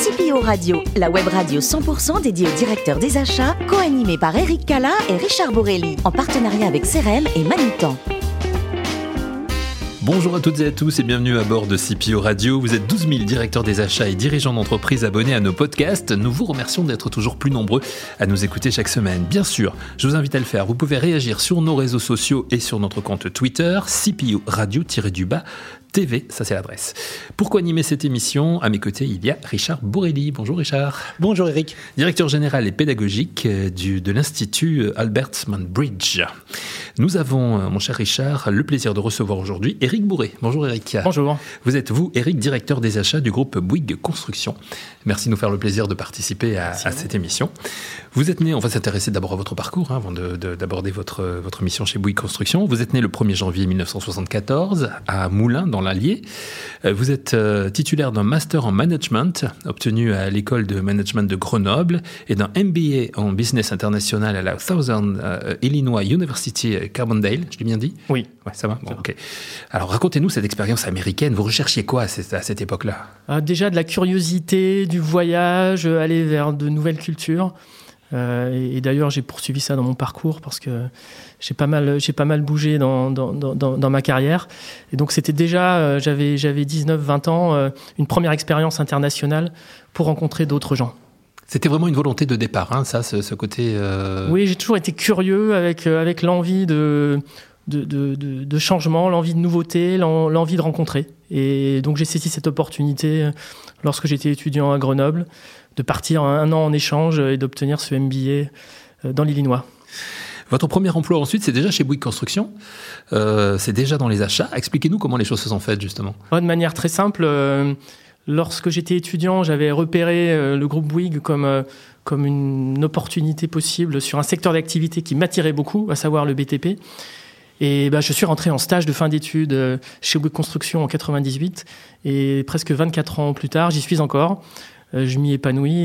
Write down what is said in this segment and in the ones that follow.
CPO Radio, la web radio 100% dédiée aux directeurs des achats, co-animée par Eric Cala et Richard Borelli, en partenariat avec CRM et Manitan. Bonjour à toutes et à tous et bienvenue à bord de CPO Radio. Vous êtes 12 000 directeurs des achats et dirigeants d'entreprise abonnés à nos podcasts. Nous vous remercions d'être toujours plus nombreux à nous écouter chaque semaine. Bien sûr, je vous invite à le faire. Vous pouvez réagir sur nos réseaux sociaux et sur notre compte Twitter, CPO Radio-du-bas. TV, ça c'est l'adresse. Pour co-animer cette émission, à mes côtés, il y a Richard Borelli. Bonjour Richard. Bonjour Eric. Directeur général et pédagogique de l'Institut Albert Manbridge. Nous avons, mon cher Richard, le plaisir de recevoir aujourd'hui Éric Bourré. Bonjour Éric. Bonjour. Vous êtes, Éric, directeur des achats du groupe Bouygues Construction. Merci de nous faire le plaisir de participer à cette émission. Vous êtes né, on va s'intéresser d'abord à votre parcours, avant d'aborder votre mission chez Bouygues Construction. Vous êtes né le 1er janvier 1974 à Moulins, dans l'Allier. Vous êtes titulaire d'un master en management obtenu à l'école de management de Grenoble et d'un MBA en business international à la Southern Illinois University Carbondale. Je l'ai bien dit ? Oui. Ouais, ça va ? Bon, ok. Alors racontez-nous cette expérience américaine. Vous recherchiez quoi à cette époque-là ? Déjà de la curiosité, du voyage, aller vers de nouvelles cultures. Et d'ailleurs, j'ai poursuivi ça dans mon parcours parce que j'ai pas mal bougé dans ma carrière. Et donc, c'était déjà, j'avais 19-20 ans, une première expérience internationale pour rencontrer d'autres gens. C'était vraiment une volonté de départ, hein, ça, ce côté... Oui, j'ai toujours été curieux avec l'envie de changement, l'envie de nouveauté, l'envie de rencontrer. Et donc, j'ai saisi cette opportunité lorsque j'étais étudiant à Grenoble, de partir un an en échange et d'obtenir ce MBA dans l'Illinois. Votre premier emploi ensuite, c'est déjà chez Bouygues Construction, c'est déjà dans les achats. Expliquez-nous comment les choses se sont faites justement. De manière très simple, lorsque j'étais étudiant, j'avais repéré le groupe Bouygues comme une opportunité possible sur un secteur d'activité qui m'attirait beaucoup, à savoir le BTP. Et je suis rentré en stage de fin d'études chez Bouygues Construction en 98 et presque 24 ans plus tard, j'y suis encore. Je m'y épanouis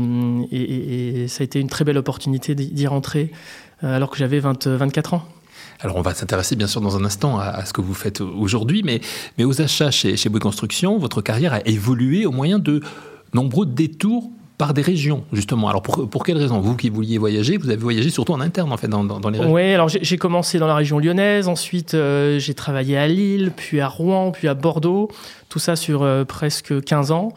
et ça a été une très belle opportunité d'y rentrer alors que j'avais 24 ans. Alors on va s'intéresser bien sûr dans un instant à ce que vous faites aujourd'hui, mais aux achats chez Bouygues Construction, votre carrière a évolué au moyen de nombreux détours par des régions, justement. Alors pour quelles raisons ? Vous qui vouliez voyager, vous avez voyagé surtout en interne, en fait, dans les régions. Oui, alors j'ai commencé dans la région lyonnaise, ensuite j'ai travaillé à Lille, puis à Rouen, puis à Bordeaux, tout ça sur presque 15 ans.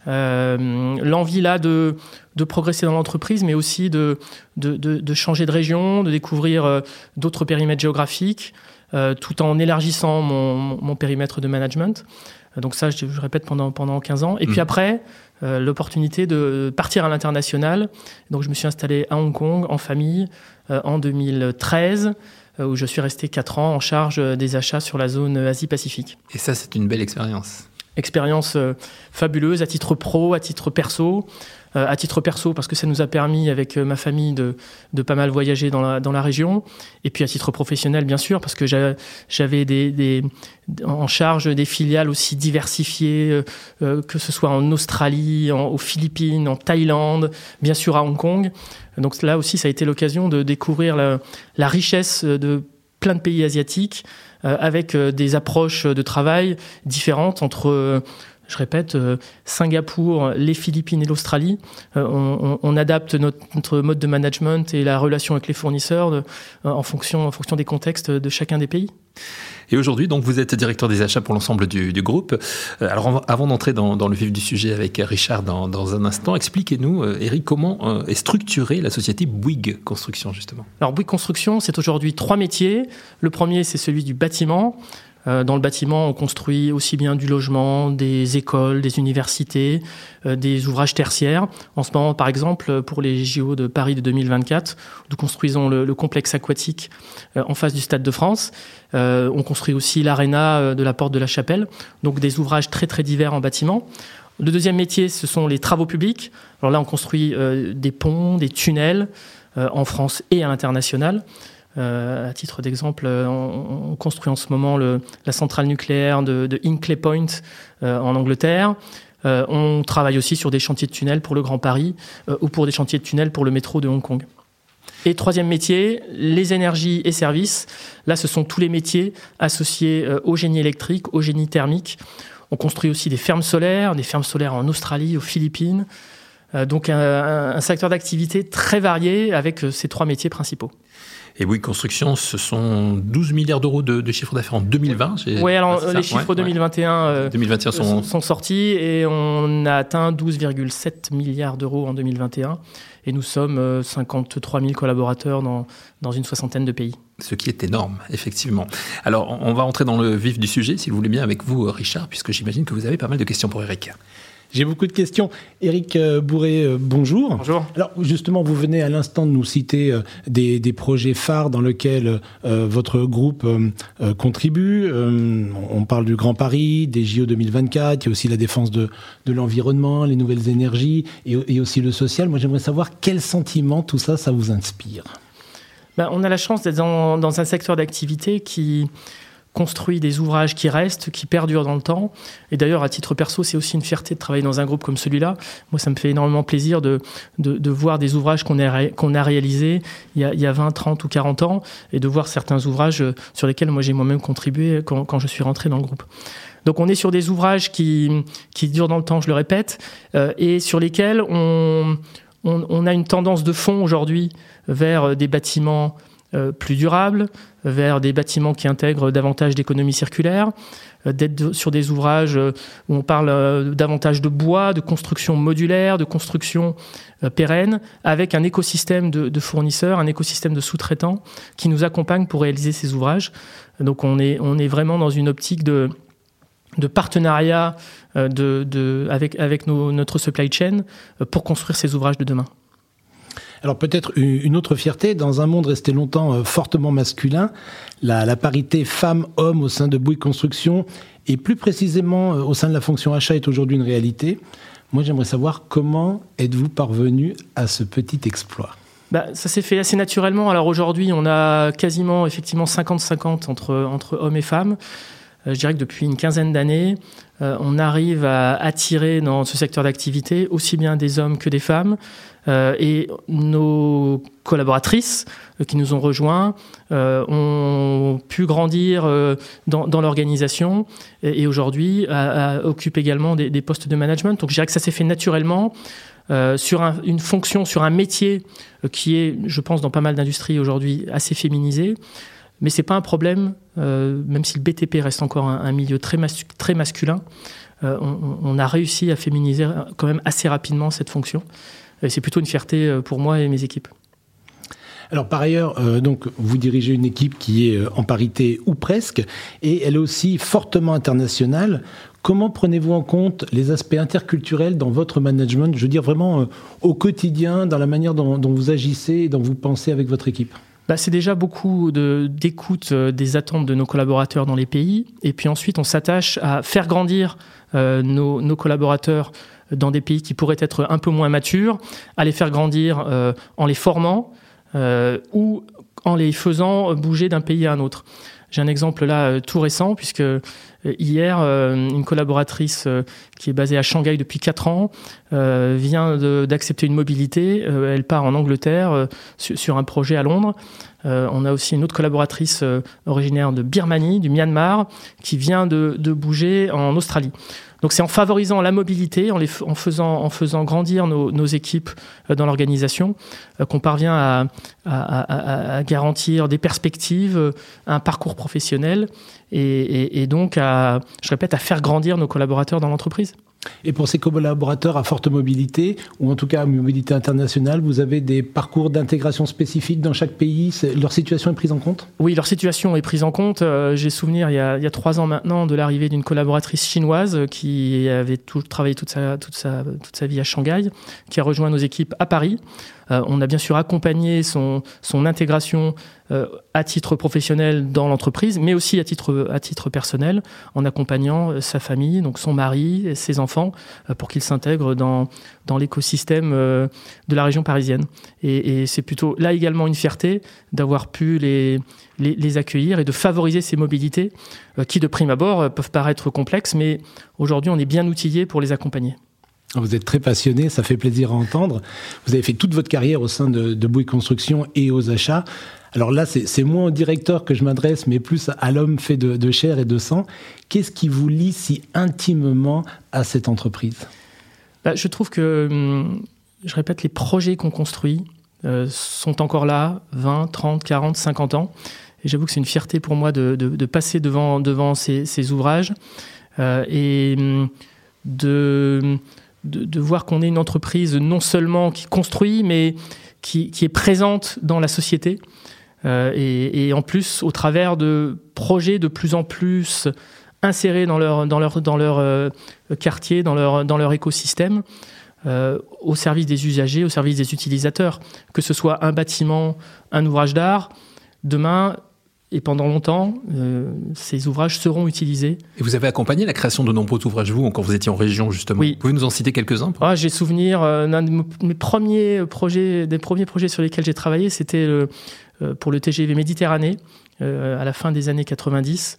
L'envie là de progresser dans l'entreprise, mais aussi de changer de région, de découvrir d'autres périmètres géographiques, tout en élargissant mon périmètre de management. Donc ça, je répète, pendant 15 ans. Et puis après, l'opportunité de partir à l'international. Donc je me suis installé à Hong Kong en famille en 2013, où je suis resté 4 ans en charge des achats sur la zone Asie-Pacifique. Et ça, c'est une belle expérience. Expérience fabuleuse à titre pro, à titre perso. À titre perso, parce que ça nous a permis, avec ma famille, de pas mal voyager dans la région. Et puis à titre professionnel, bien sûr, parce que j'avais en charge des filiales aussi diversifiées, que ce soit en Australie, aux Philippines, en Thaïlande, bien sûr à Hong Kong. Donc là aussi, ça a été l'occasion de découvrir la richesse de plein de pays asiatiques, avec des approches de travail différentes entre, je répète, Singapour, les Philippines et l'Australie. On adapte notre mode de management et la relation avec les fournisseurs en fonction des contextes de chacun des pays. Et aujourd'hui, donc, vous êtes directeur des achats pour l'ensemble du groupe. Alors, avant d'entrer dans le vif du sujet avec Richard dans un instant, expliquez-nous, Éric, comment est structurée la société Bouygues Construction, justement. Alors, Bouygues Construction, c'est aujourd'hui 3 métiers. Le premier, c'est celui du bâtiment. Dans le bâtiment, on construit aussi bien du logement, des écoles, des universités, des ouvrages tertiaires. En ce moment, par exemple, pour les JO de Paris de 2024, nous construisons le complexe aquatique en face du Stade de France. On construit aussi l'aréna de la Porte de la Chapelle. Donc des ouvrages très très divers en bâtiment. Le deuxième métier, ce sont les travaux publics. Alors là, on construit des ponts, des tunnels en France et à l'international. À titre d'exemple, on construit en ce moment la centrale nucléaire de Hinkley Point en Angleterre. On travaille aussi sur des chantiers de tunnels pour le Grand Paris ou pour des chantiers de tunnels pour le métro de Hong Kong. Et troisième métier, les énergies et services. Là, ce sont tous les métiers associés au génie électrique, au génie thermique, On construit aussi des fermes solaires en Australie, aux Philippines. Donc un secteur d'activité très varié avec ces 3 métiers principaux. Et Bouygues Construction, ce sont 12 milliards d'euros de chiffre d'affaires en 2020. Oui, alors les chiffres 2021 sont sortis et on a atteint 12,7 milliards d'euros en 2021. Et nous sommes 53 000 collaborateurs dans une 60aine de pays. Ce qui est énorme, effectivement. Alors, on va entrer dans le vif du sujet, si vous voulez bien, avec vous, Richard, puisque j'imagine que vous avez pas mal de questions pour Éric. J'ai beaucoup de questions. Éric Bourré, bonjour. Bonjour. Alors justement, vous venez à l'instant de nous citer des projets phares dans lesquels votre groupe contribue. On parle du Grand Paris, des JO 2024, il y a aussi la défense de l'environnement, les nouvelles énergies et aussi le social. Moi, j'aimerais savoir quel sentiment tout ça vous inspire. On a la chance d'être dans un secteur d'activité qui construit des ouvrages qui restent, qui perdurent dans le temps. Et d'ailleurs, à titre perso, c'est aussi une fierté de travailler dans un groupe comme celui-là. Moi, ça me fait énormément plaisir de voir des ouvrages qu'on a réalisés il y a 20, 30 ou 40 ans et de voir certains ouvrages sur lesquels moi j'ai moi-même contribué quand je suis rentré dans le groupe. Donc on est sur des ouvrages qui durent dans le temps, je le répète, et sur lesquels on a une tendance de fond aujourd'hui vers des bâtiments plus durables, vers des bâtiments qui intègrent davantage d'économie circulaire, d'être sur des ouvrages où on parle davantage de bois, de construction modulaire, de construction pérenne, avec un écosystème de fournisseurs, un écosystème de sous-traitants qui nous accompagnent pour réaliser ces ouvrages. Donc on est vraiment dans une optique de partenariat avec notre supply chain pour construire ces ouvrages de demain. Alors peut-être une autre fierté, dans un monde resté longtemps fortement masculin, la parité femmes-hommes au sein de Bouygues Construction et plus précisément au sein de la fonction achat est aujourd'hui une réalité. Moi j'aimerais savoir comment êtes-vous parvenu à ce petit exploit ? Ça s'est fait assez naturellement. Alors aujourd'hui on a quasiment effectivement 50-50 entre hommes et femmes. Je dirais que depuis une quinzaine d'années, on arrive à attirer dans ce secteur d'activité aussi bien des hommes que des femmes. Et nos collaboratrices qui nous ont rejoints ont pu grandir dans l'organisation et aujourd'hui occupent également des postes de management. Donc je dirais que ça s'est fait naturellement sur une fonction, sur un métier qui est, je pense, dans pas mal d'industries aujourd'hui assez féminisé. Mais ce n'est pas un problème, même si le BTP reste encore un milieu très masculin. On a réussi à féminiser quand même assez rapidement cette fonction. Et c'est plutôt une fierté pour moi et mes équipes. Alors par ailleurs, donc vous dirigez une équipe qui est en parité ou presque, et elle est aussi fortement internationale. Comment prenez-vous en compte les aspects interculturels dans votre management ? Je veux dire vraiment au quotidien, dans la manière dont vous agissez et dont vous pensez avec votre équipe. C'est déjà beaucoup d'écoute des attentes de nos collaborateurs dans les pays. Et puis ensuite, on s'attache à faire grandir nos collaborateurs dans des pays qui pourraient être un peu moins matures, à les faire grandir en les formant ou en les faisant bouger d'un pays à un autre. J'ai un exemple là tout récent, puisque hier, une collaboratrice qui est basée à Shanghai depuis 4 ans vient d'accepter une mobilité. Elle part en Angleterre sur un projet à Londres. On a aussi une autre collaboratrice originaire de Birmanie, du Myanmar, qui vient de bouger en Australie. Donc c'est en favorisant la mobilité, en faisant grandir nos équipes dans l'organisation, qu'on parvient à garantir des perspectives, un parcours professionnel et donc à faire grandir nos collaborateurs dans l'entreprise. Et pour ces collaborateurs à forte mobilité, ou en tout cas à mobilité internationale, vous avez des parcours d'intégration spécifiques dans chaque pays ? Leur situation est prise en compte ? Oui, leur situation est prise en compte. J'ai souvenir, il y a 3 ans maintenant, de l'arrivée d'une collaboratrice chinoise qui avait travaillé toute sa vie à Shanghai, qui a rejoint nos équipes à Paris. On a bien sûr accompagné son intégration à titre professionnel dans l'entreprise, mais aussi à titre personnel, en accompagnant sa famille, donc son mari, et ses enfants, pour qu'ils s'intègrent dans l'écosystème de la région parisienne. Et c'est plutôt là également une fierté d'avoir pu les accueillir et de favoriser ces mobilités qui, de prime abord, peuvent paraître complexes, mais aujourd'hui, on est bien outillés pour les accompagner. Vous êtes très passionné, ça fait plaisir à entendre. Vous avez fait toute votre carrière au sein de Bouygues Construction et aux achats. Alors là, c'est moins au directeur que je m'adresse, mais plus à l'homme fait de chair et de sang. Qu'est-ce qui vous lie si intimement à cette entreprise ? Je trouve que, je répète, les projets qu'on construit sont encore là, 20, 30, 40, 50 ans. Et j'avoue que c'est une fierté pour moi de passer devant ces ouvrages et de voir qu'on est une entreprise non seulement qui construit, mais qui est présente dans la société. Et en plus, au travers de projets de plus en plus insérés dans leur quartier, dans leur écosystème, au service des usagers, au service des utilisateurs. Que ce soit un bâtiment, un ouvrage d'art, demain et pendant longtemps, ces ouvrages seront utilisés. Et vous avez accompagné la création de nombreux ouvrages, vous, quand vous étiez en région, justement. Oui. Vous pouvez nous en citer quelques-uns ? J'ai souvenir d'un de mes premiers projets sur lesquels j'ai travaillé, c'était pour le TGV Méditerranée, à la fin des années 90.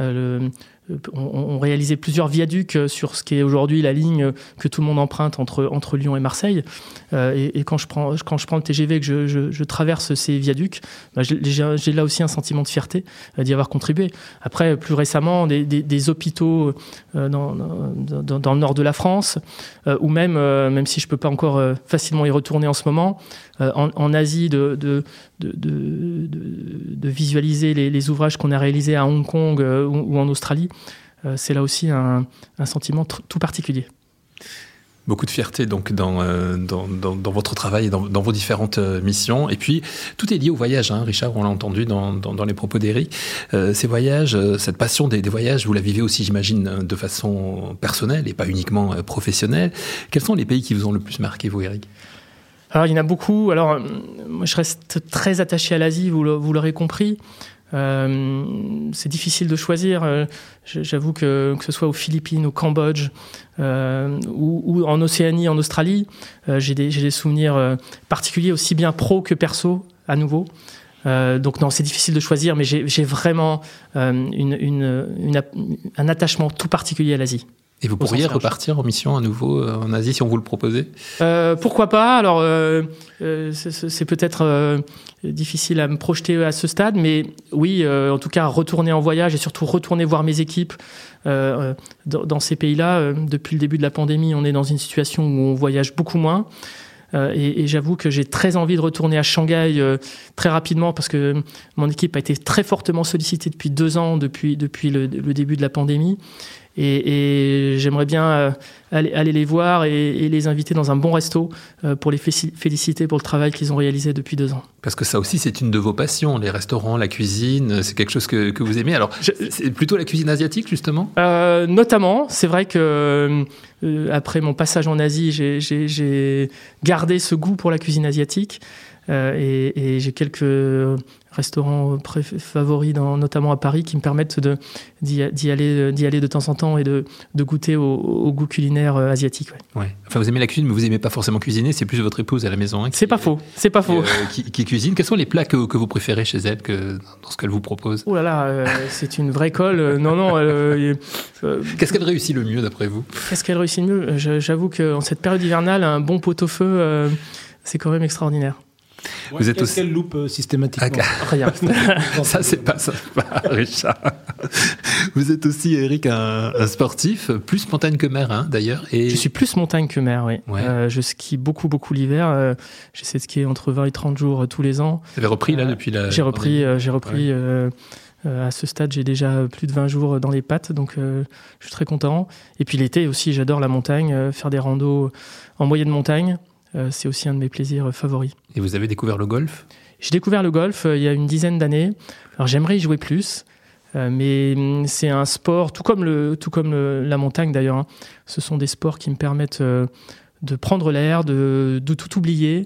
On réalisait plusieurs viaducs sur ce qui est aujourd'hui la ligne que tout le monde emprunte entre Lyon et Marseille. Et quand je prends le TGV et que je traverse ces viaducs, j'ai là aussi un sentiment de fierté d'y avoir contribué. Après, plus récemment, des hôpitaux dans le nord de la France, ou même si je peux pas encore facilement y retourner en ce moment, en Asie, de visualiser les ouvrages qu'on a réalisés à Hong Kong ou en Australie. C'est là aussi un sentiment tout particulier. Beaucoup de fierté donc dans votre travail et dans vos différentes missions. Et puis, tout est lié au voyage, hein, Richard, on l'a entendu dans les propos d'Éric. Ces voyages, cette passion des voyages, vous la vivez aussi, j'imagine, de façon personnelle et pas uniquement professionnelle. Quels sont les pays qui vous ont le plus marqué, vous, Éric ? Alors, il y en a beaucoup. Alors, moi, je reste très attaché à l'Asie, vous l'aurez compris. C'est difficile de choisir. J'avoue que ce soit aux Philippines, au Cambodge ou en Océanie, en Australie, j'ai des souvenirs particuliers, aussi bien pro que perso, à nouveau. Donc non, c'est difficile de choisir, mais j'ai vraiment un attachement tout particulier à l'Asie. Et vous pourriez repartir en mission à nouveau en Asie si on vous le proposait ? Pourquoi pas ? Alors, c'est peut-être difficile à me projeter à ce stade, mais oui, en tout cas, retourner en voyage et surtout retourner voir mes équipes dans ces pays-là. Depuis le début de la pandémie, on est dans une situation où on voyage beaucoup moins. Et j'avoue que j'ai très envie de retourner à Shanghai très rapidement parce que mon équipe a été très fortement sollicitée depuis 2 ans, depuis le début de la pandémie. Et j'aimerais bien aller les voir et les inviter dans un bon resto pour les féliciter pour le travail qu'ils ont réalisé depuis 2 ans. Parce que ça aussi, c'est une de vos passions, les restaurants, la cuisine, c'est quelque chose que vous aimez. Alors, c'est plutôt la cuisine asiatique, justement ? Notamment, c'est vrai que après mon passage en Asie, j'ai gardé ce goût pour la cuisine asiatique. Et j'ai quelques restaurants favoris, notamment à Paris, qui me permettent d'y aller de temps en temps et de goûter au goût culinaire asiatique. Ouais. Ouais. Enfin, vous aimez la cuisine, mais vous n'aimez pas forcément cuisiner. C'est plus votre épouse à la maison. Hein, c'est pas faux. Qui cuisine. Quels sont les plats que vous préférez chez elle, dans ce qu'elle vous propose ? Oh là là, c'est une vraie colle. Non. Qu'est-ce qu'elle réussit le mieux, d'après vous ? Qu'est-ce qu'elle réussit le mieux ? J'avoue qu'en cette période hivernale, un bon pot-au-feu, c'est quand même extraordinaire. Vous êtes aussi... Qu'elle loupe systématiquement. Rien. Ça, c'est pas ça, Richard. Vous êtes aussi, Éric, un sportif, plus montagne que mer, hein, d'ailleurs. Et... Je suis plus montagne que mer, oui. Ouais. Je skie beaucoup l'hiver. J'essaie de skier entre 20 et 30 jours tous les ans. Vous avez repris, là, depuis la... J'ai repris. Ouais. À ce stade, j'ai déjà plus de 20 jours dans les pattes, donc je suis très content. Et puis l'été aussi, j'adore la montagne, faire des randos en moyenne montagne. C'est aussi un de mes plaisirs favoris. Et vous avez découvert le golf ? J'ai découvert le golf il y a une dizaine d'années. Alors j'aimerais y jouer plus, mais c'est un sport, tout comme la montagne d'ailleurs. Hein. Ce sont des sports qui me permettent de prendre l'air, de tout oublier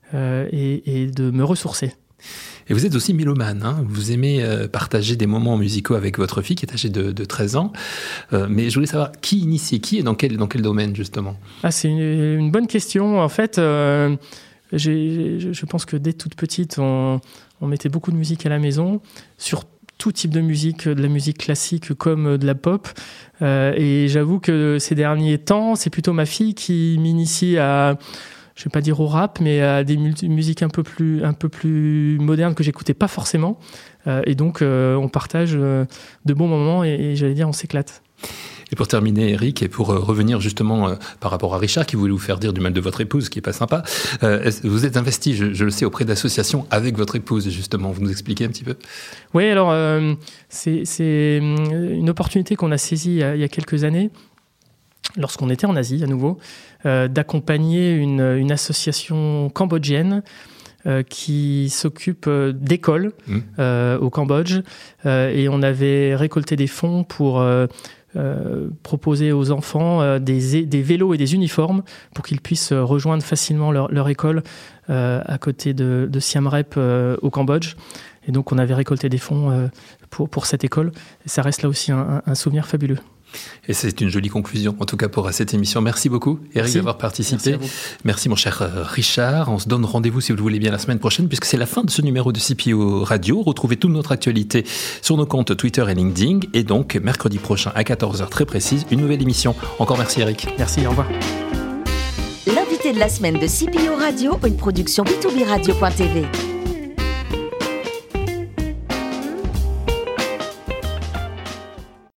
et de me ressourcer. Et vous êtes aussi mélomane, hein. Vous aimez partager des moments musicaux avec votre fille qui est âgée de 13 ans. Mais je voulais savoir qui initie qui et dans quel domaine justement ? C'est une bonne question. En fait, je pense que dès toute petite, on mettait beaucoup de musique à la maison, tout type de la musique classique comme de la pop. Et j'avoue que ces derniers temps, c'est plutôt ma fille qui m'initie à, je vais pas dire au rap, mais à des musiques un peu plus modernes que j'écoutais pas forcément. Et donc, on partage de bons moments et j'allais dire, on s'éclate. Et pour terminer, Eric, et pour revenir justement par rapport à Richard, qui voulait vous faire dire du mal de votre épouse, ce qui n'est pas sympa, vous êtes investi, je le sais, auprès d'associations avec votre épouse, justement. Vous nous expliquez un petit peu ? Oui, alors, c'est une opportunité qu'on a saisie il y a quelques années, lorsqu'on était en Asie, à nouveau, d'accompagner une association cambodgienne qui s'occupe d'écoles au Cambodge. Et on avait récolté des fonds pour proposer aux enfants des vélos et des uniformes pour qu'ils puissent rejoindre facilement leur école à côté de Siem Reap au Cambodge. Et donc on avait récolté des fonds pour cette école. Et ça reste là aussi un souvenir fabuleux. Et c'est une jolie conclusion, en tout cas pour cette émission. Merci beaucoup, Eric, d'avoir participé. Merci mon cher Richard. On se donne rendez-vous, si vous le voulez bien, la semaine prochaine, puisque c'est la fin de ce numéro de CPO Radio. Retrouvez toute notre actualité sur nos comptes Twitter et LinkedIn. Et donc, mercredi prochain, à 14h très précise, une nouvelle émission. Encore merci, Eric. Merci, au revoir. L'invité de la semaine de CPO Radio, une production B2B Radio.tv.